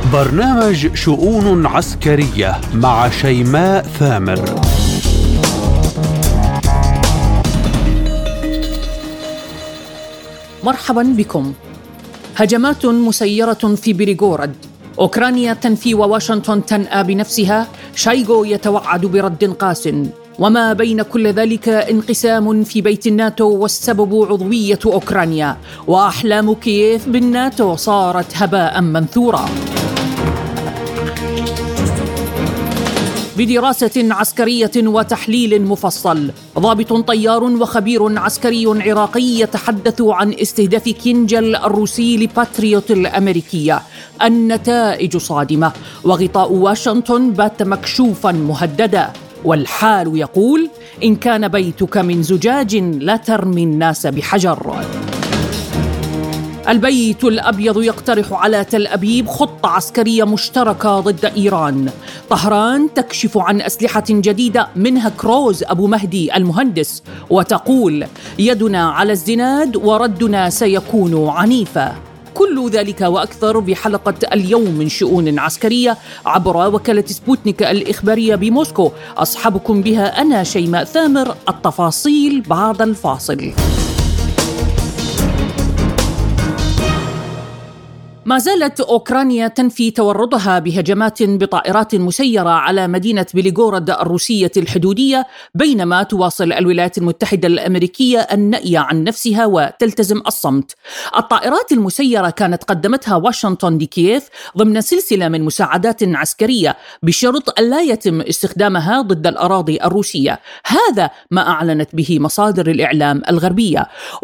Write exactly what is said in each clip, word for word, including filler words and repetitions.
برنامج شؤون عسكرية مع شيماء ثامر. مرحبا بكم. هجمات مسيرة في بيلغورود، أوكرانيا تنفي وواشنطن تنأى بنفسها، شايغو يتوعد برد قاس، وما بين كل ذلك انقسام في بيت الناتو والسبب عضوية أوكرانيا، وأحلام كييف بالناتو صارت هباء منثورا. بدراسة عسكرية وتحليل مفصل، ضابط طيار وخبير عسكري عراقي يتحدث عن استهداف كينجل الروسي لباتريوت الأمريكية. النتائج صادمة، وغطاء واشنطن بات مكشوفا مهددا، والحال يقول: إن كان بيتك من زجاج لا ترمي الناس بحجر. البيت الأبيض يقترح على تل أبيب خطة عسكرية مشتركة ضد إيران. طهران تكشف عن أسلحة جديدة منها كروز أبو مهدي المهندس، وتقول: يدنا على الزناد وردنا سيكون عنيفا. كل ذلك وأكثر بحلقة اليوم من شؤون عسكرية عبر وكالة سبوتنيك الإخبارية بموسكو. أصحبكم بها أنا شيماء ثامر. التفاصيل بعد الفاصل. ما زالت أوكرانيا تنفي تورطها بهجمات بطائرات مسيرة على مدينة بيلغورود الروسية الحدودية، بينما تواصل الولايات المتحدة الأمريكية النأي عن نفسها وتلتزم الصمت. الطائرات المسيرة كانت قدمتها واشنطن لكييف ضمن سلسلة من مساعدات عسكرية بشرط ألا يتم استخدامها ضد الأراضي الروسية. هذا ما أعلنت به مصادر الإعلام الغربية،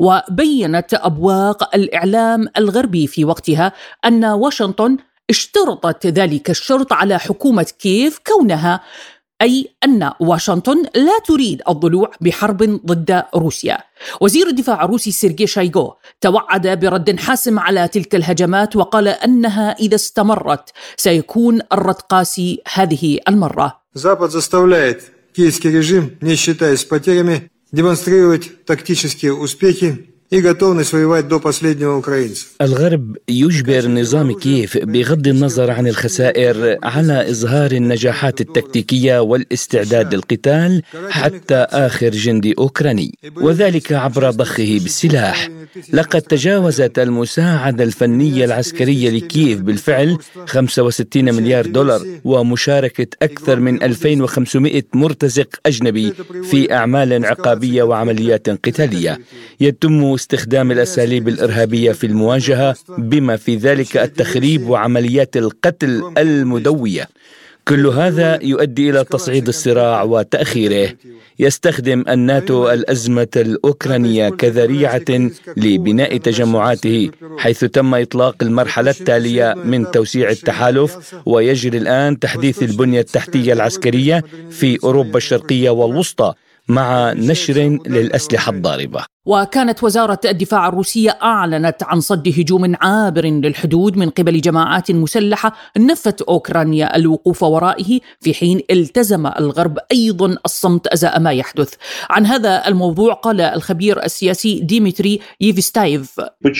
وبينت أبواق الإعلام الغربي في وقتها أن واشنطن اشترطت ذلك الشرط على حكومة كييف، كونها أي أن واشنطن لا تريد الضلوع بحرب ضد روسيا. وزير الدفاع الروسي سيرجي شايغو توعد برد حاسم على تلك الهجمات، وقال أنها إذا استمرت سيكون الرد قاسي هذه المرة. Запад заставляет киевский режим, не считаясь потерями, демонстрировать тактические успехи и готовность воевать до последнего украинца. الغرب يجبر نظام كييف بغض النظر عن الخسائر على إظهار النجاحات التكتيكية والاستعداد للقتال حتى آخر جندي أوكراني، وذلك عبر ضخه بالسلاح. لقد تجاوزت المساعدة الفنية العسكرية لكييف بالفعل خمسة وستين مليار دولار، ومشاركة أكثر من ألفين وخمسمائة مرتزق أجنبي في أعمال عقابية وعمليات قتالية. يتم استخدام الأساليب الإرهابية في المواجهة، بما في ذلك التخريب وعمليات القتل المدوية. كل هذا يؤدي إلى تصعيد الصراع وتأخيره. يستخدم الناتو الأزمة الأوكرانية كذريعة لبناء تجمعاته، حيث تم إطلاق المرحلة التالية من توسيع التحالف، ويجري الآن تحديث البنية التحتية العسكرية في أوروبا الشرقية والوسطى مع نشر للأسلحة الضاربة. وكانت وزارة الدفاع الروسية أعلنت عن صد هجوم عابر للحدود من قبل جماعات مسلحة نفت أوكرانيا الوقوف ورائه، في حين التزم الغرب أيضا الصمت أزاء ما يحدث. عن هذا الموضوع قال الخبير السياسي ديمتري ييفستايف: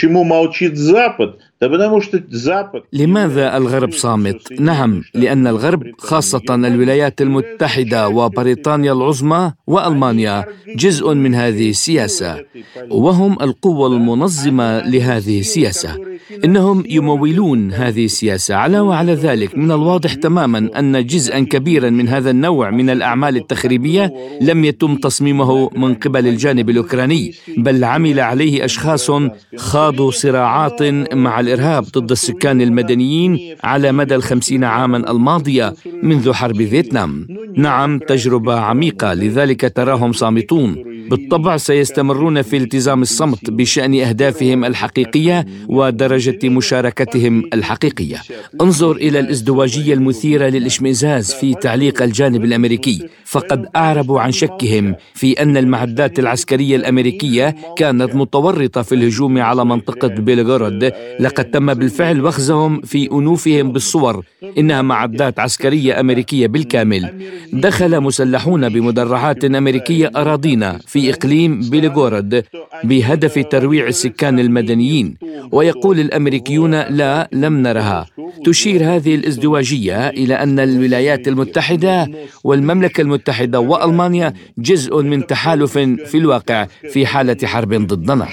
لماذا الغرب صامت؟ نعم، لأن الغرب خاصة الولايات المتحدة وبريطانيا العظمى وألمانيا جزء من هذه السياسة، وهم القوة المنظمة لهذه السياسة. إنهم يمولون هذه السياسة. علاوة وعلى ذلك، من الواضح تماما أن جزءا كبيرا من هذا النوع من الأعمال التخريبية لم يتم تصميمه من قبل الجانب الأوكراني، بل عمل عليه أشخاص خاضوا صراعات مع الإرهاب ضد السكان المدنيين على مدى الخمسين عاما الماضية منذ حرب فيتنام. نعم، تجربة عميقة، لذلك تراهم صامتون. بالطبع سيستمرون في التزام الصمت بشأن أهدافهم الحقيقية ودرجة مشاركتهم الحقيقية. انظر إلى الازدواجية المثيرة للاشمئزاز في تعليق الجانب الأمريكي، فقد أعربوا عن شكهم في أن المعدات العسكرية الأمريكية كانت متورطة في الهجوم على منطقة بيلغورود. لقد تم بالفعل وخزهم في أنوفهم بالصور. إنها معدات عسكرية أمريكية بالكامل. دخل مسلحون بمدرعات أمريكية أراضينا في إقليم بيلغورود بهدف ترويع السكان المدنيين، ويقول الأمريكيون: لا، لم نرها. تشير هذه الازدواجية إلى أن الولايات المتحدة والمملكة المتحدة وألمانيا جزء من تحالف في الواقع في حالة حرب ضدنا.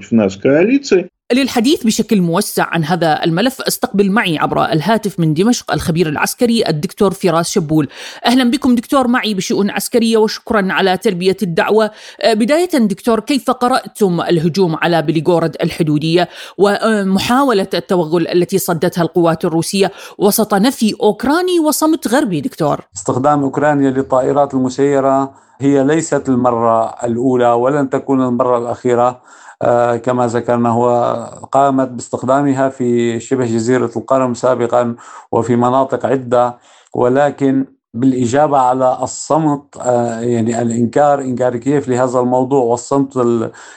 للحديث بشكل موسع عن هذا الملف استقبل معي عبر الهاتف من دمشق الخبير العسكري الدكتور فراس شبول. أهلا بكم دكتور معي بشؤون عسكرية وشكرا على تلبية الدعوة. بداية دكتور، كيف قرأتم الهجوم على بليغورود الحدودية ومحاولة التوغل التي صدتها القوات الروسية وسط نفي أوكراني وصمت غربي دكتور؟ استخدام أوكرانيا للطائرات المسيرة هي ليست المرة الأولى ولن تكون المرة الأخيرة. آه كما ذكرنا، هو قامت باستخدامها في شبه جزيرة القرم سابقا وفي مناطق عدة، ولكن بالإجابة على الصمت آه يعني الإنكار إنكار كييف لهذا الموضوع والصمت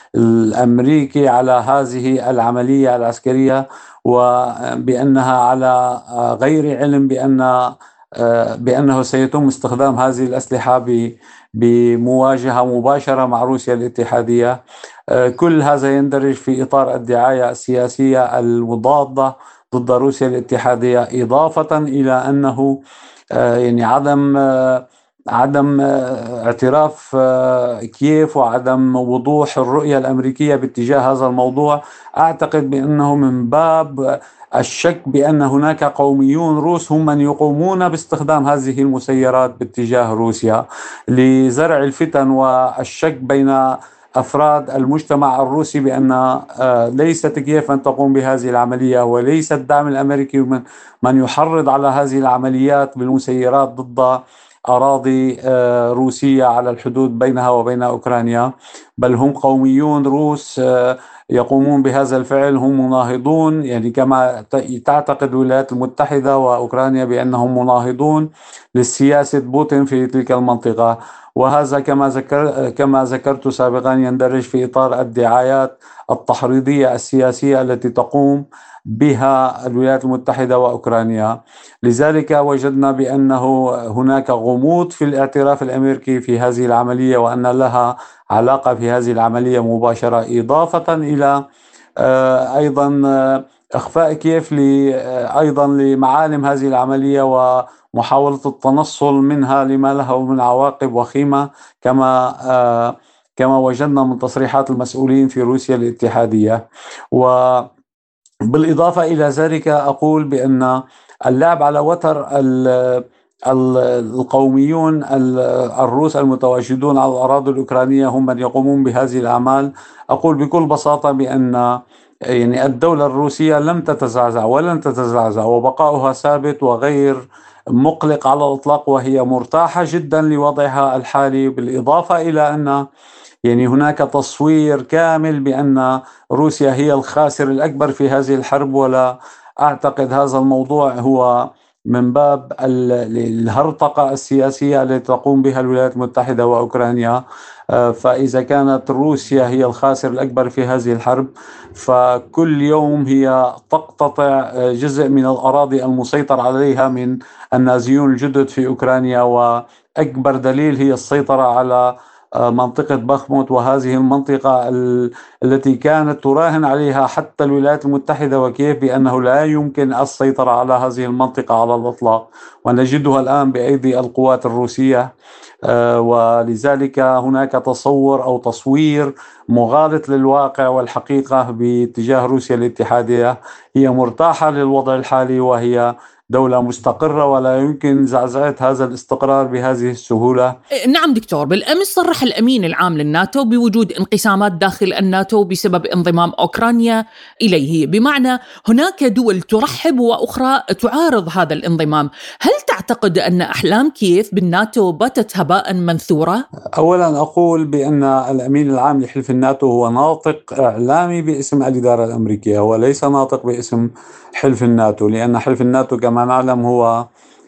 الأمريكي على هذه العملية العسكرية، وبأنها على آه غير علم بأن آه بأنه سيتم استخدام هذه الأسلحة بمواجهة مباشرة مع روسيا الاتحادية. كل هذا يندرج في إطار الدعاية السياسية المضادة ضد روسيا الاتحادية، إضافة إلى أنه يعني عدم عدم اعتراف كييف وعدم وضوح الرؤية الأمريكية باتجاه هذا الموضوع. أعتقد بأنه من باب الشك بأن هناك قوميون روس هم من يقومون باستخدام هذه المسيرات باتجاه روسيا لزرع الفتن والشك بين أفراد المجتمع الروسي بأن ليست كييف من تقوم بهذه العملية وليس الدعم الأمريكي من من يحرض على هذه العمليات بالمسيرات ضد أراضي روسية على الحدود بينها وبين أوكرانيا، بل هم قوميون روس يقومون بهذا الفعل. هم مناهضون، يعني كما تعتقد الولايات المتحدة وأوكرانيا بأنهم مناهضون للسياسة بوتين في تلك المنطقة، وهذا كما ذكر كما ذكرت سابقا يندرج في إطار الدعايات التحريضية السياسية التي تقوم بها الولايات المتحدة وأوكرانيا. لذلك وجدنا بأنه هناك غموض في الاعتراف الأمريكي في هذه العملية وأن لها علاقة في هذه العملية مباشرة، إضافة إلى أيضا إخفاء كييف أيضا لمعالم هذه العملية ومحاولة التنصل منها لما له من عواقب وخيمة، كما كما وجدنا من تصريحات المسؤولين في روسيا الاتحادية. وبالإضافة إلى ذلك أقول بأن اللعب على وتر القوميون الروس المتواجدون على الأراضي الأوكرانية هم من يقومون بهذه الأعمال. أقول بكل بساطة بأن يعني الدولة الروسية لم تتزعزع ولن تتزعزع، وبقاؤها ثابت وغير مقلق على الإطلاق، وهي مرتاحة جدا لوضعها الحالي. بالإضافة إلى أن يعني هناك تصوير كامل بأن روسيا هي الخاسر الأكبر في هذه الحرب، ولا أعتقد هذا الموضوع هو من باب الهرطقة السياسية التي تقوم بها الولايات المتحدة وأوكرانيا. فإذا كانت روسيا هي الخاسر الأكبر في هذه الحرب، فكل يوم هي تقتطع جزء من الأراضي المسيطر عليها من النازيون الجدد في أوكرانيا، وأكبر دليل هي السيطرة على منطقة بخموت، وهذه المنطقة التي كانت تراهن عليها حتى الولايات المتحدة وكييف بأنه لا يمكن السيطرة على هذه المنطقة على الإطلاق، ونجدها الآن بأيدي القوات الروسية. ولذلك هناك تصور أو تصوير مغالط للواقع والحقيقة باتجاه روسيا الاتحادية. هي مرتاحة للوضع الحالي وهي دولة مستقرة ولا يمكن زعزعة هذا الاستقرار بهذه السهولة. نعم دكتور، بالأمس صرح الأمين العام للناتو بوجود انقسامات داخل الناتو بسبب انضمام أوكرانيا إليه، بمعنى هناك دول ترحب وأخرى تعارض هذا الانضمام. هل تعتقد أن أحلام كييف بالناتو باتت هباء منثورة؟ أولا أقول بأن الأمين العام لحلف الناتو هو ناطق إعلامي باسم الإدارة الأمريكية وليس ناطق باسم حلف الناتو، لأن حلف الناتو كما نعلم هو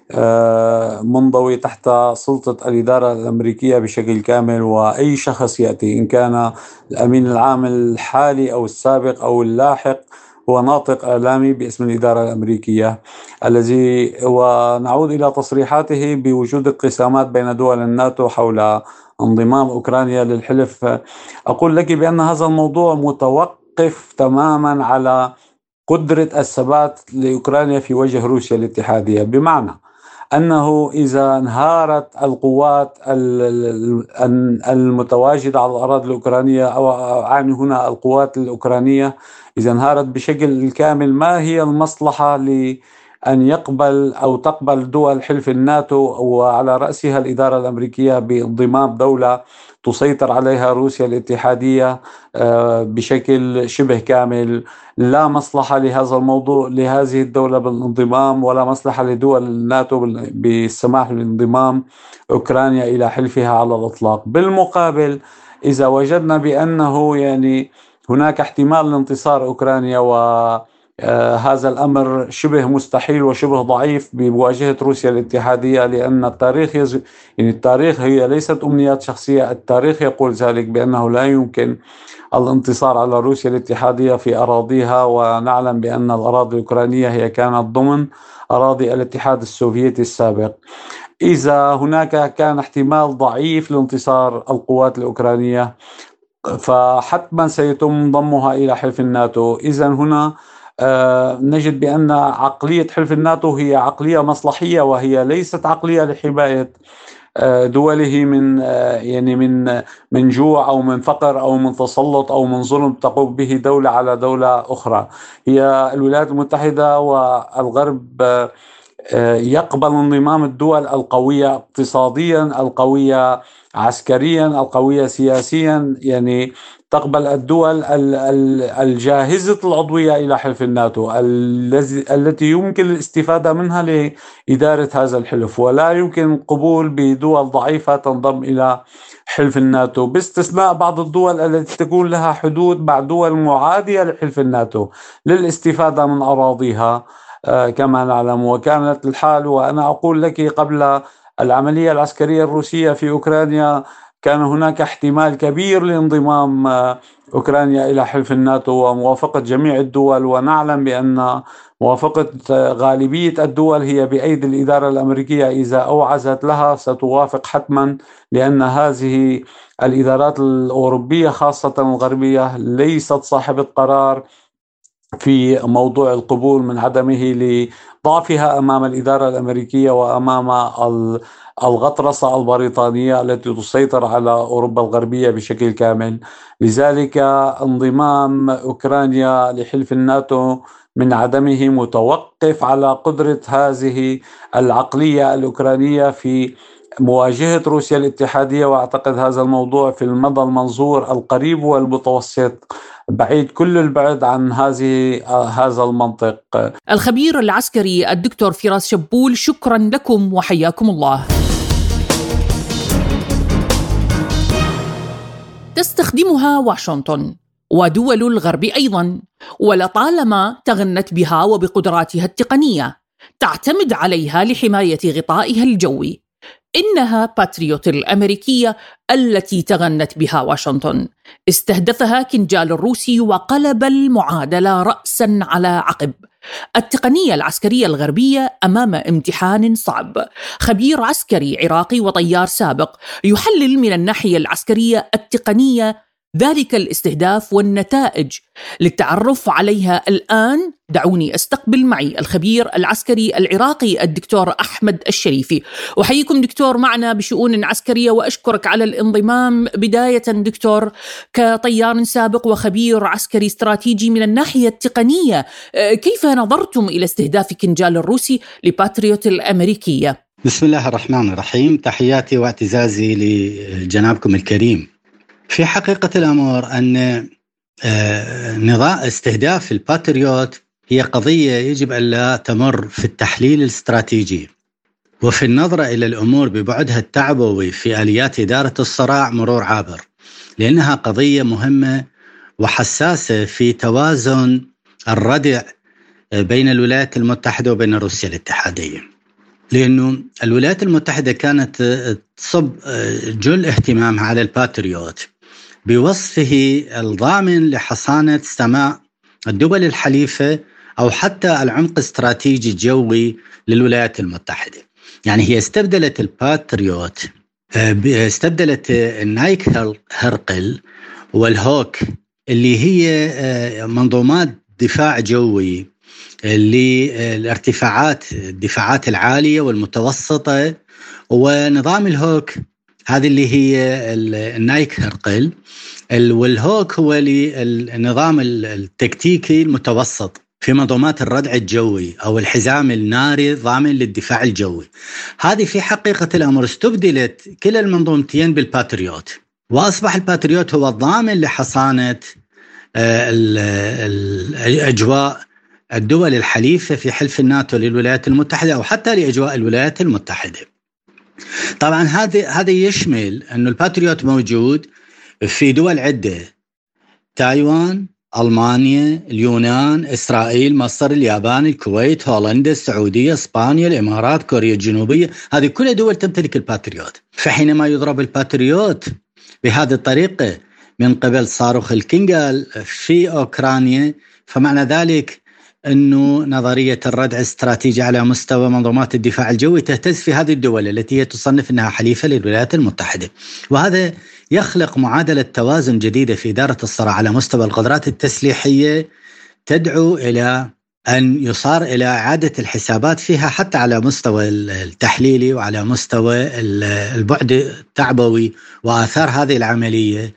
منضوي تحت سلطة الإدارة الأمريكية بشكل كامل، وأي شخص يأتي إن كان الأمين العام الحالي أو السابق أو اللاحق هو ناطق إعلامي باسم الإدارة الأمريكية الذي ونعود إلى تصريحاته بوجود انقسامات بين دول الناتو حول انضمام أوكرانيا للحلف. أقول لك بأن هذا الموضوع متوقف تماما على قدرة الثبات لأوكرانيا في وجه روسيا الاتحادية، بمعنى أنه إذا انهارت القوات المتواجدة على الأراضي الأوكرانية، أو أعني هنا القوات الأوكرانية، إذا انهارت بشكل كامل، ما هي المصلحة لأن يقبل أو تقبل دول حلف الناتو وعلى رأسها الإدارة الأمريكية بانضمام دولة تسيطر عليها روسيا الاتحادية بشكل شبه كامل؟ لا مصلحة لهذا الموضوع لهذه الدولة بالانضمام، ولا مصلحة لدول الناتو بالسماح بانضمام أوكرانيا إلى حلفها على الإطلاق. بالمقابل، إذا وجدنا بأنه يعني هناك احتمال لانتصار أوكرانيا، و هذا الأمر شبه مستحيل وشبه ضعيف بمواجهة روسيا الاتحادية، لأن التاريخ يز... يعني التاريخ هي ليست أمنيات شخصية، التاريخ يقول ذلك بأنه لا يمكن الانتصار على روسيا الاتحادية في أراضيها، ونعلم بأن الأراضي الأوكرانية هي كانت ضمن أراضي الاتحاد السوفيتي السابق. إذا هناك كان احتمال ضعيف لانتصار القوات الأوكرانية، فحتما سيتم ضمها إلى حلف الناتو. إذن هنا آه نجد بأن عقلية حلف الناتو هي عقلية مصلحية، وهي ليست عقلية لحماية آه دوله من آه يعني من من جوع أو من فقر أو من تسلط أو من ظلم تقوم به دولة على دولة أخرى. هي الولايات المتحدة والغرب آه يقبل انضمام الدول القوية اقتصاديا، القوية عسكريا، القوية سياسيا، يعني تقبل الدول الجاهزة العضوية إلى حلف الناتو التي يمكن الاستفادة منها لإدارة هذا الحلف، ولا يمكن القبول بدول ضعيفة تنضم إلى حلف الناتو، باستثناء بعض الدول التي تكون لها حدود مع دول معادية لحلف الناتو للاستفادة من أراضيها كما نعلم. وكانت الحال، وأنا أقول لك قبل العملية العسكرية الروسية في أوكرانيا كان هناك احتمال كبير لانضمام أوكرانيا إلى حلف الناتو وموافقة جميع الدول، ونعلم بأن موافقة غالبية الدول هي بأيدي الإدارة الأمريكية. إذا أوعزت لها ستوافق حتما، لأن هذه الإدارات الأوروبية خاصة الغربية ليست صاحبة قرار في موضوع القبول من عدمه لضعفها أمام الإدارة الأمريكية وأمام الغطرسة البريطانية التي تسيطر على أوروبا الغربية بشكل كامل. لذلك انضمام أوكرانيا لحلف الناتو من عدمه متوقف على قدرة هذه العقلية الأوكرانية في مواجهة روسيا الاتحادية، وأعتقد هذا الموضوع في المدى المنظور القريب والمتوسط بعيد كل البعد عن هذه هذا المنطق. الخبير العسكري الدكتور فراس شبول، شكرا لكم وحياكم الله. تستخدمها واشنطن ودول الغرب أيضا، ولطالما تغنت بها وبقدراتها التقنية، تعتمد عليها لحماية غطائها الجوي. إنها باتريوت الأمريكية التي تغنت بها واشنطن، استهدفها كنجال الروسي وقلب المعادلة رأسا على عقب. التقنية العسكرية الغربية أمام امتحان صعب. خبير عسكري عراقي وطيار سابق يحلل من الناحية العسكرية التقنية ذلك الاستهداف والنتائج. للتعرف عليها الآن دعوني أستقبل معي الخبير العسكري العراقي الدكتور أحمد الشريفي. أحييكم دكتور معنا بشؤون عسكرية، وأشكرك على الانضمام. بداية دكتور، كطيار سابق وخبير عسكري استراتيجي من الناحية التقنية، كيف نظرتم إلى استهداف كنجال الروسي لباتريوت الأمريكية؟ بسم الله الرحمن الرحيم. تحياتي واعتزازي لجنابكم الكريم. في حقيقة الأمر أن نظام استهداف الباتريوت هي قضية يجب أن لا تمر في التحليل الاستراتيجي وفي النظرة إلى الأمور ببعدها التعبوي في آليات إدارة الصراع مرور عابر، لأنها قضية مهمة وحساسة في توازن الردع بين الولايات المتحدة وبين روسيا الاتحادية، لأنه الولايات المتحدة كانت تصب جل اهتمامها على الباتريوت بوصفه الضامن لحصانة سماء الدول الحليفة أو حتى العمق الاستراتيجي الجوي للولايات المتحدة. يعني هي استبدلت الباتريوت، استبدلت النايك هرقل والهوك اللي هي منظومات دفاع جوي للارتفاعات الدفاعات العالية والمتوسطة. ونظام الهوك هذه اللي هي النايك هرقل، والهوك هو النظام التكتيكي المتوسط في منظومات الردع الجوي أو الحزام الناري ضامن للدفاع الجوي. هذه في حقيقة الأمر استبدلت كلا المنظومتين بالباتريوت، وأصبح الباتريوت هو الضامن لحصانة الأجواء الدول الحليفة في حلف الناتو للولايات المتحدة أو حتى لأجواء الولايات المتحدة. طبعا هذا هذا يشمل أن الباتريوت موجود في دول عدة: تايوان، ألمانيا، اليونان، إسرائيل، مصر، اليابان، الكويت، هولندا، السعودية، إسبانيا، الإمارات، كوريا الجنوبية. هذه كلها دول تمتلك الباتريوت. فحينما يضرب الباتريوت بهذه الطريقة من قبل صاروخ الكينغال في أوكرانيا، فمعنى ذلك أنه نظرية الردع الاستراتيجي على مستوى منظومات الدفاع الجوي تهتز في هذه الدول التي هي تصنف أنها حليفة للولايات المتحدة. وهذا يخلق معادلة توازن جديدة في إدارة الصراع على مستوى القدرات التسليحية، تدعو إلى أن يصار إلى إعادة الحسابات فيها حتى على مستوى التحليلي وعلى مستوى البعد التعبوي وآثار هذه العملية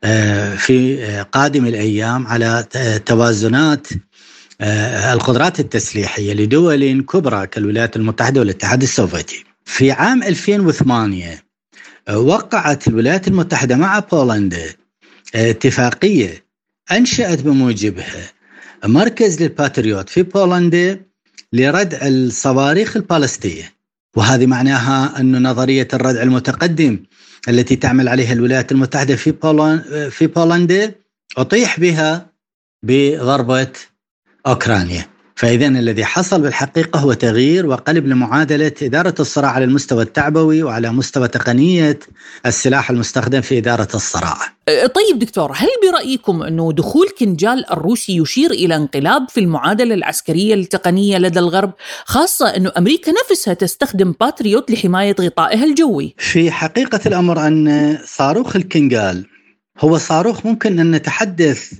في قادم الأيام على توازنات القدرات التسليحية لدول كبرى كالولايات المتحدة والاتحاد السوفيتي. في عام ألفين وثمانية وقعت الولايات المتحدة مع بولندا اتفاقية أنشأت بموجبها مركز للباتريوت في بولندا لردع الصواريخ البالستية. وهذه معناها أن نظرية الردع المتقدم التي تعمل عليها الولايات المتحدة في بولندا في بولندا أطيح بها بضربة أوكرانيا. فإذا الذي حصل بالحقيقة هو تغيير وقلب لمعادلة إدارة الصراع على المستوى التعبوي وعلى مستوى تقنية السلاح المستخدم في إدارة الصراع. طيب دكتور، هل برأيكم أنه دخول كنجال الروسي يشير إلى انقلاب في المعادلة العسكرية التقنية لدى الغرب، خاصة أنه أمريكا نفسها تستخدم باتريوت لحماية غطائها الجوي؟ في حقيقة الأمر أن صاروخ الكنجال هو صاروخ ممكن أن نتحدث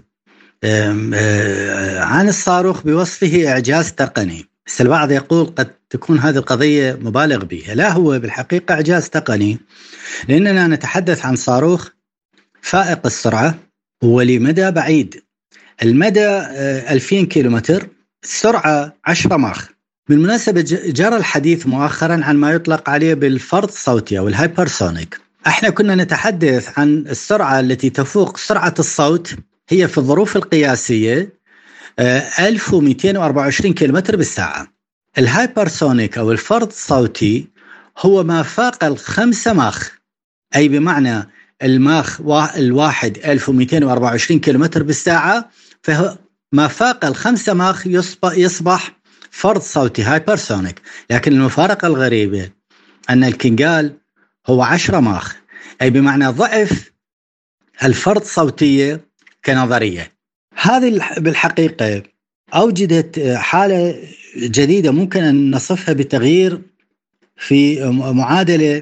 عن الصاروخ بوصفه إعجاز تقني. بس البعض يقول قد تكون هذه القضية مبالغ بها. لا، هو بالحقيقة إعجاز تقني، لأننا نتحدث عن صاروخ فائق السرعة ولمدى بعيد. المدى ألفين كيلومتر، السرعة عشرة ماخ. بالمناسبة جرى الحديث مؤخرا عن ما يطلق عليه بالفرط صوتي أو الهايبرسونيك. احنا كنا نتحدث عن السرعة التي تفوق سرعة الصوت، هي في الظروف القياسية ألف ومئتين وأربعة وعشرين كيلومتر بالساعة. الهايبرسونيك أو الفرط صوتي هو ما فاق الخمسة ماخ، أي بمعنى الماخ الواحد ألف ومئتين وأربعة وعشرين كيلومتر بالساعة، فهو ما فاق الخمسة ماخ يصبح, يصبح فرط صوتي هايبرسونيك. لكن المفارقة الغريبة أن الكنجال هو عشرة ماخ، أي بمعنى ضعف الفرط صوتية كنظرية. هذه بالحقيقة أوجدت حالة جديدة ممكن أن نصفها بتغيير في معادلة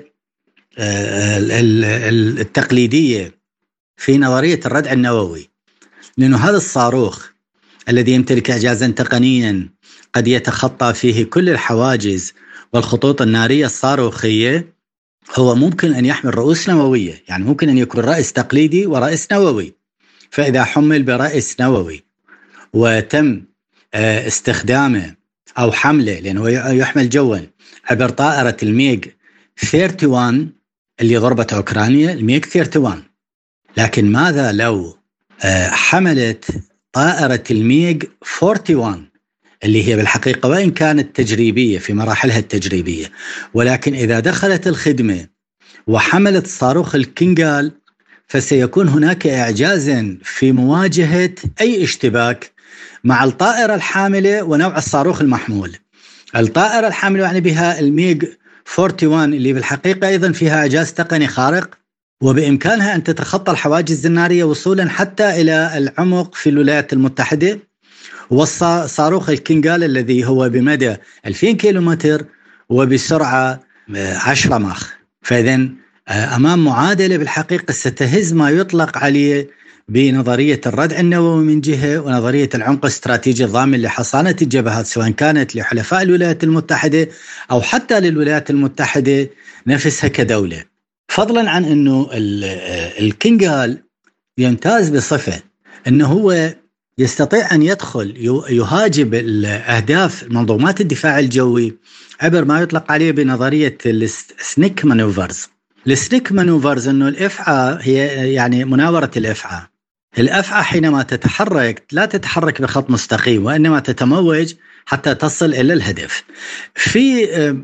التقليدية في نظرية الردع النووي. لأنه هذا الصاروخ الذي يمتلك إعجازا تقنيا قد يتخطى فيه كل الحواجز والخطوط النارية الصاروخية، هو ممكن أن يحمل رؤوس نووية. يعني ممكن أن يكون رأس تقليدي ورأس نووي. فإذا حمل برأس نووي وتم استخدامه أو حمله، لأنه يحمل جوا، عبر طائرة الميغ واحد وثلاثين اللي ضربت أوكرانيا، الميغ واحد وثلاثين. لكن ماذا لو حملت طائرة الميغ أربعة وأربعين اللي هي بالحقيقة وإن كانت تجريبية في مراحلها التجريبية، ولكن إذا دخلت الخدمة وحملت صاروخ الكنجال، فسيكون هناك إعجازا في مواجهة أي اشتباك مع الطائرة الحاملة ونوع الصاروخ المحمول. الطائرة الحاملة يعني بها الميغ أربعة وأربعين اللي بالحقيقة أيضا فيها إعجاز تقني خارق، وبإمكانها أن تتخطى الحواجز النارية وصولا حتى إلى العمق في الولايات المتحدة. والصاروخ الكنجال الذي هو بمدى ألفين كيلومتر وبسرعة عشرة ماخ. فإذن أمام معادلة بالحقيقة ستهز ما يطلق عليه بنظرية الردع النووي من جهة، ونظرية العمق الاستراتيجي الضامن لحصانة الجبهات سواء كانت لحلفاء الولايات المتحدة أو حتى للولايات المتحدة نفسها كدولة. فضلا عن أنه الكينغال يمتاز بصفة أنه هو يستطيع أن يدخل يهاجم الأهداف منظومات الدفاع الجوي عبر ما يطلق عليه بنظرية السنيك مانوفرز. السنيك مانوفرز أنه الأفعى هي يعني مناورة الأفعى. الأفعى حينما تتحرك لا تتحرك بخط مستقيم، وإنما تتموج حتى تصل إلى الهدف. في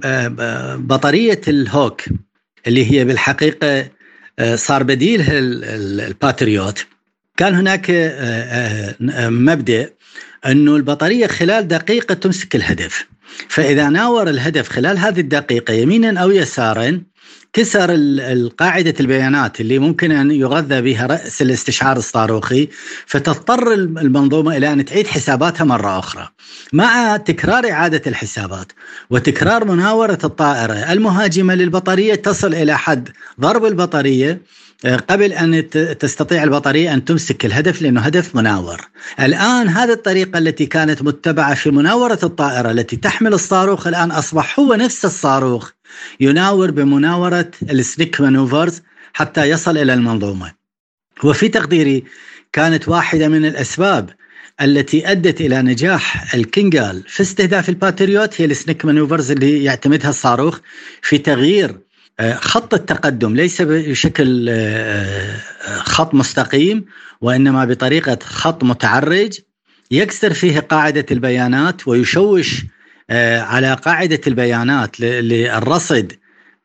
بطارية الهوك اللي هي بالحقيقة صار بديلها الباتريوت، كان هناك مبدأ أنه البطارية خلال دقيقة تمسك الهدف، فإذا ناور الهدف خلال هذه الدقيقة يمينا أو يسارا كسر القاعدة البيانات اللي ممكن أن يغذى بها رأس الاستشعار الصاروخي، فتضطر المنظومة إلى أن تعيد حساباتها مرة أخرى. مع تكرار إعادة الحسابات وتكرار مناورة الطائرة المهاجمة للبطارية تصل إلى حد ضرب البطارية قبل أن تستطيع البطارية أن تمسك الهدف لأنه هدف مناور. الآن هذه الطريقة التي كانت متبعة في مناورة الطائرة التي تحمل الصاروخ الآن أصبح هو نفس الصاروخ يناور بمناورة السنيك مانوفرز حتى يصل إلى المنظومة. وفي تقديري كانت واحدة من الأسباب التي أدت إلى نجاح الكينغال في استهداف الباتريوت هي السنيك مانوفرز اللي يعتمدها الصاروخ في تغيير خط التقدم، ليس بشكل خط مستقيم وإنما بطريقة خط متعرج يكسر فيه قاعدة البيانات ويشوش على قاعدة البيانات للرصد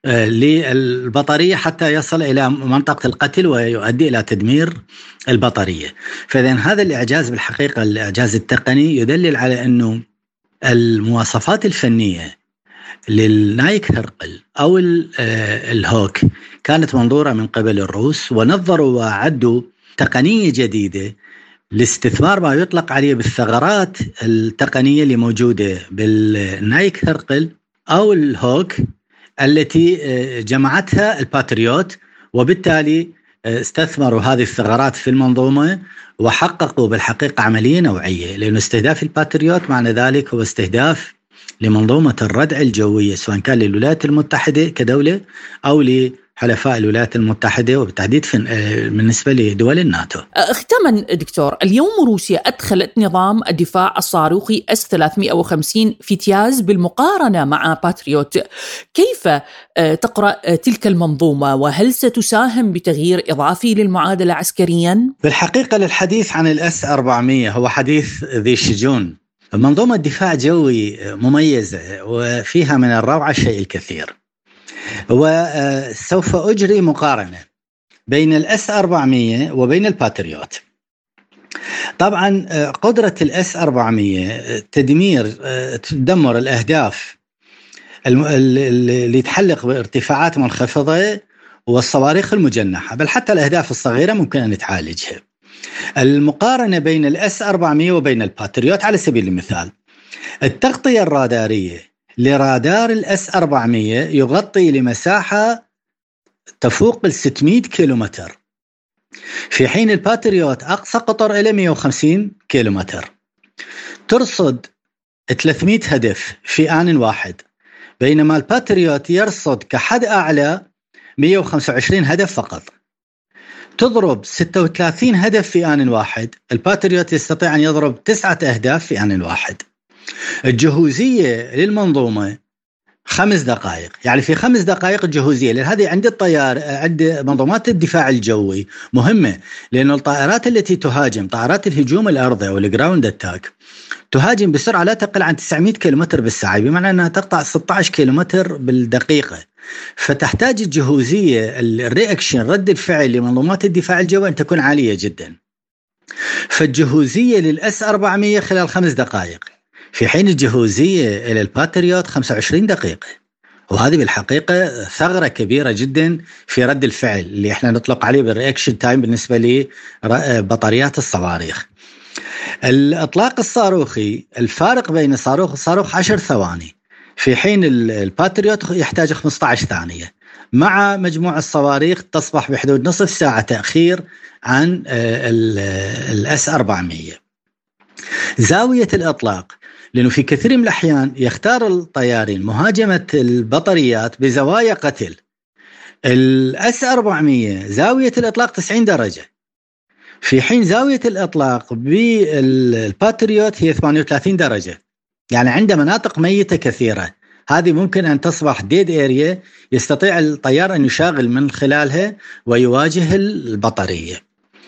للبطارية حتى يصل إلى منطقة القتل ويؤدي إلى تدمير البطارية. فإذن هذا الإعجاز بالحقيقة الإعجاز التقني يدلل على أنه المواصفات الفنية للنايك هرقل أو الهوك كانت منظورة من قبل الروس، ونظروا وعدوا تقنية جديدة لاستثمار ما يطلق عليه بالثغرات التقنية اللي موجودة بالنايك هرقل أو الهوك التي جمعتها الباتريوت، وبالتالي استثمروا هذه الثغرات في المنظومة وحققوا بالحقيقة عملية نوعية، لأنه استهداف الباتريوت معنى ذلك هو استهداف لمنظومة الردع الجوية سواء كان للولايات المتحدة كدولة أو لحلفاء الولايات المتحدة وبالتحديد بالنسبة لدول الناتو. ختاما دكتور، اليوم روسيا أدخلت نظام الدفاع الصاروخي إس ثلاثمئة وخمسين فيتياز بالمقارنة مع باتريوت. كيف تقرأ تلك المنظومة، وهل ستساهم بتغيير إضافي للمعادلة عسكريا؟ بالحقيقة للحديث عن الإس أربعمئة هو حديث ذي شجون. منظومة دفاع جوي مميزة وفيها من الروعة شيء الكثير، وسوف أجري مقارنة بين الإس أربعمئة وبين الباتريوت. طبعا قدرة الإس أربعمئة تدمير تدمر الأهداف اللي تحلق بارتفاعات منخفضة والصواريخ المجنحة، بل حتى الأهداف الصغيرة ممكن أن تعالجها. المقارنة بين الإس أربعمئة وبين الباتريوت على سبيل المثال، التغطية الرادارية لرادار الإس أربعمئة يغطي لمساحة تفوق الستمئة كيلومتر، في حين الباتريوت أقصى قطر إلى مئة وخمسين كيلومتر. ترصد ثلاثمئة هدف في آن واحد، بينما الباتريوت يرصد كحد أعلى مئة وخمسة وعشرين هدف فقط. تضرب ستة وثلاثين هدف في آن واحد، الباتريوت يستطيع أن يضرب تسعة أهداف في آن واحد. الجهوزية للمنظومة خمس دقائق، يعني في خمس دقائق الجهوزية، لأن هذه عند الطيار عند منظومات الدفاع الجوي مهمة، لأن الطائرات التي تهاجم طائرات الهجوم الأرضي أو الجراوند أتاك تهاجم بسرعة لا تقل عن تسعمئة كيلومتر بالساعة، بمعنى أنها تقطع ستة عشر كيلومتر بالدقيقة. فتحتاج الجهوزية الرياكشن رد الفعل لمنظومات الدفاع الجوي أن تكون عالية جدا. فالجهوزية للإس أربعمئة خلال خمس دقائق، في حين الجهوزية إلى الباتريوت خمسة وعشرين دقيقة، وهذه بالحقيقة ثغرة كبيرة جدا في رد الفعل اللي احنا نطلق عليه بالرياكشن تايم بالنسبة لبطاريات الصواريخ. الإطلاق الصاروخي الفارق بين صاروخ وصاروخ عشر ثواني، في حين الباتريوت يحتاج خمسة عشر ثانية، مع مجموع الصواريخ تصبح بحدود نصف ساعة تأخير عن الأس أربعمية. زاوية الإطلاق، لأنه في كثير من الأحيان يختار الطيارين مهاجمة البطاريات بزوايا قتل. الأس أربعمية زاوية الإطلاق تسعين درجة، في حين زاوية الإطلاق بالباتريوت هي ثمانية وثلاثين درجة، يعني عنده مناطق ميتة كثيرة. هذه ممكن أن تصبح ديد إيريا يستطيع الطيار أن يشاغل من خلالها ويواجه البطارية.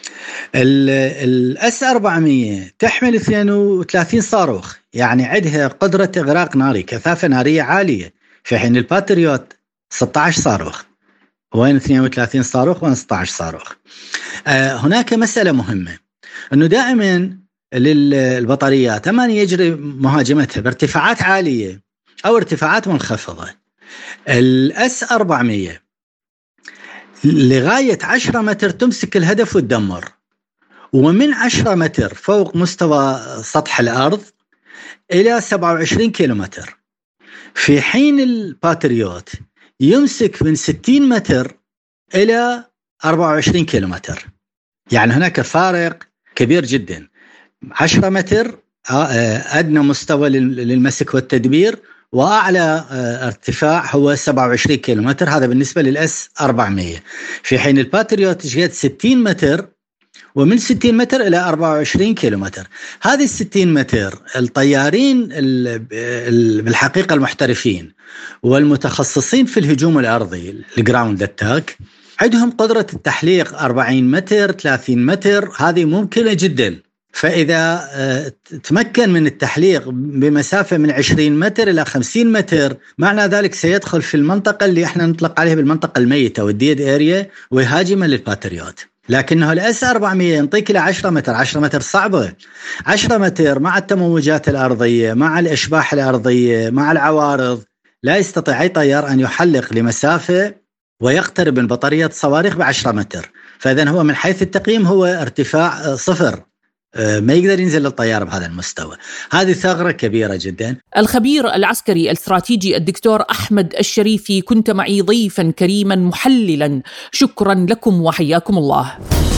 الأس أربعمية تحمل اثنين وثلاثين صاروخ، يعني عندها قدرة إغراق ناري، كثافة نارية عالية، في حين الباتريوت ستة عشر صاروخ. وين اثنين وثلاثين صاروخ وين ستة عشر صاروخ؟ آه هناك مسألة مهمة، أنه دائما للبطاريات أما أن يجري مهاجمتها بارتفاعات عالية أو ارتفاعات منخفضة. الأس أربعمية لغاية عشرة متر تمسك الهدف وتدمر، ومن عشرة متر فوق مستوى سطح الأرض إلى سبعة وعشرين كيلومتر، في حين الباتريوت يمسك من ستين متر إلى أربعة وعشرين كيلومتر. يعني هناك فارق كبير جدا. عشرة متر أدنى مستوى للمسك والتدبير، وأعلى ارتفاع هو سبعة وعشرين كيلومتر، هذا بالنسبة للأس أربعمية. في حين الباتريوت جهد ستين متر، ومن ستين متر إلى أربعة وعشرين كيلومتر. هذه الستين متر الطيارين بالحقيقة المحترفين والمتخصصين في الهجوم الأرضي الجراوند أتاك عندهم قدرة التحليق أربعين متر ثلاثين متر، هذه ممكنة جدا. فإذا تمكن من التحليق بمسافة من عشرين متر إلى خمسين متر، معنى ذلك سيدخل في المنطقة اللي احنا نطلق عليها بالمنطقة الميتة والديد إيريا ويهاجم للباتريوت. لكنه الأس أربعمية ينطيك إلى عشرة متر. عشرة متر صعبة، عشرة متر مع التموجات الأرضية مع الأشباح الأرضية مع العوارض لا يستطيع أي طيار أن يحلق لمسافة ويقترب من بطارية صواريخ بعشرة متر. فإذن هو من حيث التقييم هو ارتفاع صفر، ما يقدر ينزل الطيار بهذا المستوى. هذه ثغرة كبيرة جدا. الخبير العسكري الاستراتيجي الدكتور أحمد الشريفي، كنت معي ضيفا كريما محللا، شكرا لكم وحياكم الله.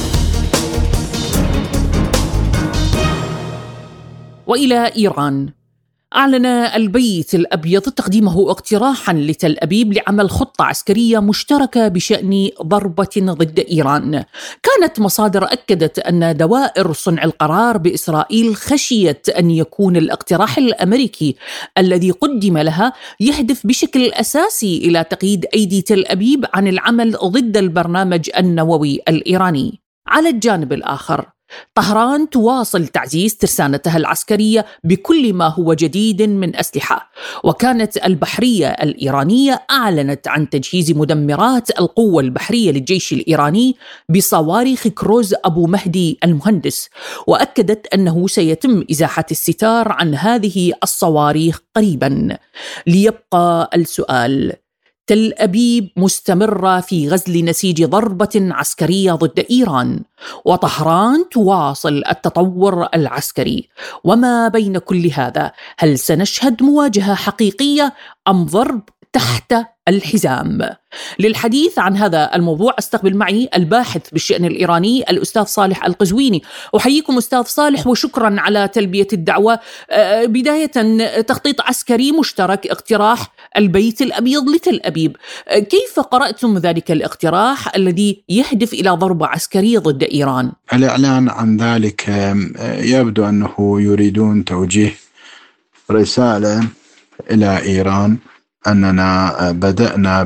وإلى إيران، أعلن البيت الأبيض تقديمه اقتراحا لتل أبيب لعمل خطة عسكرية مشتركة بشأن ضربة ضد إيران. كانت مصادر أكدت أن دوائر صنع القرار بإسرائيل خشيت أن يكون الاقتراح الأمريكي الذي قدم لها يهدف بشكل أساسي إلى تقييد أيدي تل أبيب عن العمل ضد البرنامج النووي الإيراني. على الجانب الآخر، طهران تواصل تعزيز ترسانتها العسكرية بكل ما هو جديد من أسلحة، وكانت البحرية الإيرانية أعلنت عن تجهيز مدمرات القوة البحرية للجيش الإيراني بصواريخ كروز أبو مهدي المهندس، وأكدت أنه سيتم إزاحة الستار عن هذه الصواريخ قريبا. ليبقى السؤال: تل أبيب مستمرة في غزل نسيج ضربة عسكرية ضد إيران، وطهران تواصل التطور العسكري. وما بين كل هذا، هل سنشهد مواجهة حقيقية أم ضرب تحت الحزام؟ للحديث عن هذا الموضوع استقبل معي الباحث بالشأن الإيراني الأستاذ صالح القزويني. أحييكم أستاذ صالح وشكرا على تلبية الدعوة. بداية، تخطيط عسكري مشترك، اقتراح البيت الأبيض لتل أبيب، كيف قرأتم ذلك الاقتراح الذي يهدف إلى ضربة عسكرية ضد إيران؟ الإعلان عن ذلك يبدو أنه يريدون توجيه رسالة إلى إيران أننا بدأنا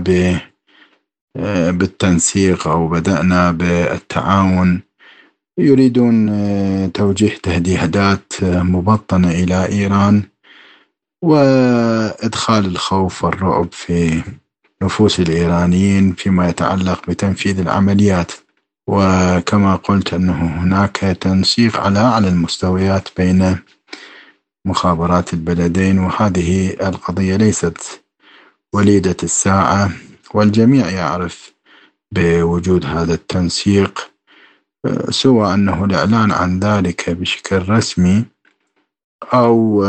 بالتنسيق أو بدأنا بالتعاون. يريدون توجيه تهديدات مبطنة إلى إيران وإدخال الخوف والرعب في نفوس الإيرانيين فيما يتعلق بتنفيذ العمليات. وكما قلت أنه هناك تنسيق على أعلى المستويات بين مخابرات البلدين، وهذه القضية ليست وليدة الساعة، والجميع يعرف بوجود هذا التنسيق، سواء أنه الإعلان عن ذلك بشكل رسمي أو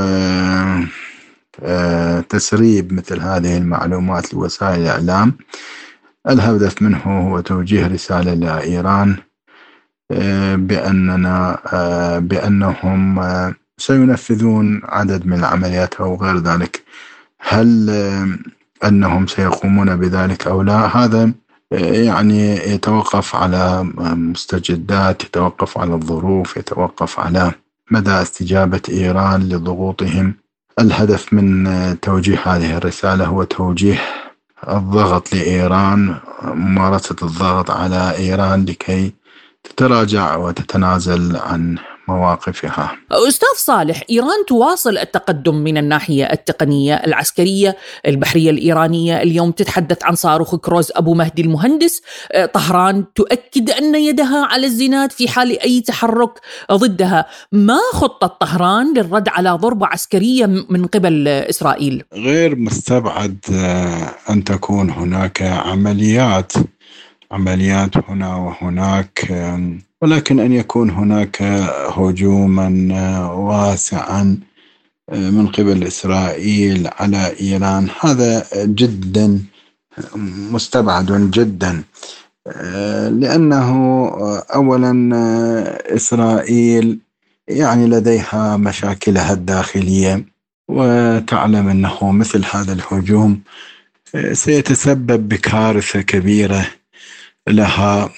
تسريب مثل هذه المعلومات لوسائل الإعلام. الهدف منه هو توجيه رسالة لإيران بأننا بأنهم سينفذون عدد من العمليات أو غير ذلك. هل أنهم سيقومون بذلك أو لا؟ هذا يعني يتوقف على مستجدات، يتوقف على الظروف، يتوقف على مدى استجابة إيران لضغوطهم. الهدف من توجيه هذه الرسالة هو توجيه الضغط لإيران، ممارسة الضغط على إيران لكي تتراجع وتتنازل عن مواقفها. أستاذ صالح، إيران تواصل التقدم من الناحية التقنية العسكرية. البحرية الإيرانية اليوم تتحدث عن صاروخ كروز أبو مهدي المهندس. طهران تؤكد أن يدها على الزناد في حال أي تحرك ضدها. ما خطة طهران للرد على ضربة عسكرية من قبل إسرائيل؟ غير مستبعد أن تكون هناك عمليات عمليات هنا وهناك، ولكن أن يكون هناك هجوما واسعا من قبل إسرائيل على إيران هذا جدا مستبعد جدا، لأنه أولا إسرائيل يعني لديها مشاكلها الداخلية، وتعلم أنه مثل هذا الهجوم سيتسبب بكارثة كبيرة لها.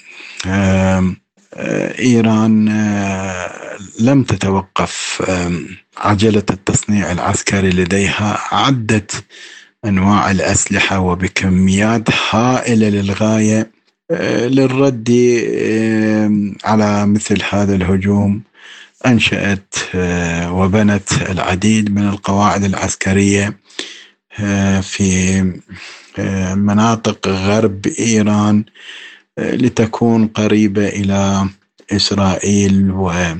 إيران لم تتوقف عجلة التصنيع العسكري، لديها عدة أنواع الأسلحة وبكميات هائلة للغاية للرد على مثل هذا الهجوم. أنشأت وبنت العديد من القواعد العسكرية في مناطق غرب إيران لتكون قريبة إلى إسرائيل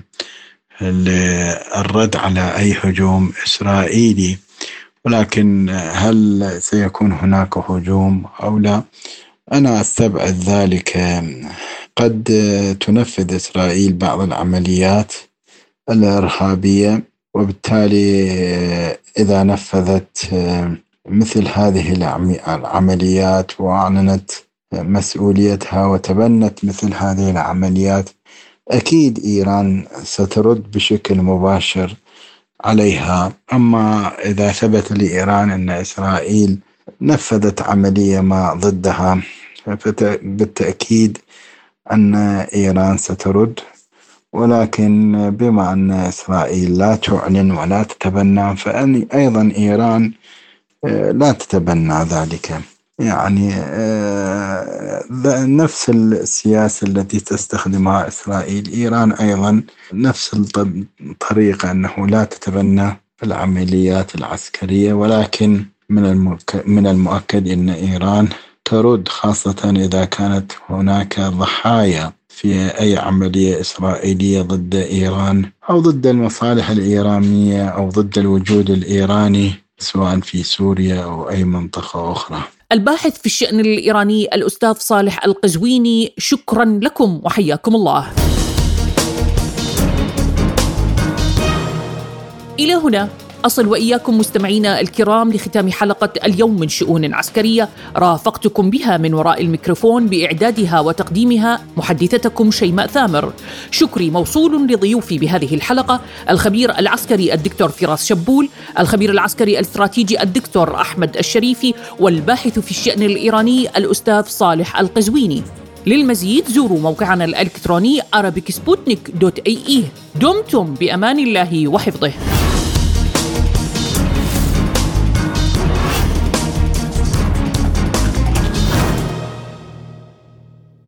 والرد على أي هجوم إسرائيلي. ولكن هل سيكون هناك هجوم أو لا؟ أنا أستبعد ذلك. قد تنفذ إسرائيل بعض العمليات الإرهابية، وبالتالي إذا نفذت مثل هذه العمليات وأعلنت مسؤوليتها وتبنت مثل هذه العمليات، أكيد إيران سترد بشكل مباشر عليها. أما إذا ثبت لإيران أن إسرائيل نفذت عملية ما ضدها، فبالتأكيد أن إيران سترد. ولكن بما أن إسرائيل لا تعلن ولا تتبنى، فأن أيضا إيران لا تتبنى ذلك. يعني نفس السياسة التي تستخدمها إسرائيل، إيران أيضا نفس الطريقة، أنه لا تتبنى العمليات العسكرية. ولكن من المؤكد أن إيران ترد، خاصة إذا كانت هناك ضحايا في أي عملية إسرائيلية ضد إيران أو ضد المصالح الإيرانية أو ضد الوجود الإيراني، سواء في سوريا أو أي منطقة أخرى. الباحث في الشأن الإيراني الأستاذ صالح القزويني، شكرا لكم وحياكم الله. إلى هنا أصل وإياكم مستمعينا الكرام لختام حلقة اليوم من شؤون عسكرية، رافقتكم بها من وراء الميكروفون بإعدادها وتقديمها محدثتكم شيماء ثامر. شكري موصول لضيوفي بهذه الحلقة: الخبير العسكري الدكتور فراس شبول، الخبير العسكري الاستراتيجي الدكتور أحمد الشريفي، والباحث في الشأن الإيراني الأستاذ صالح القزويني. للمزيد زوروا موقعنا الإلكتروني arabic sputnik دوت اي اي. دمتم بأمان الله وحفظه.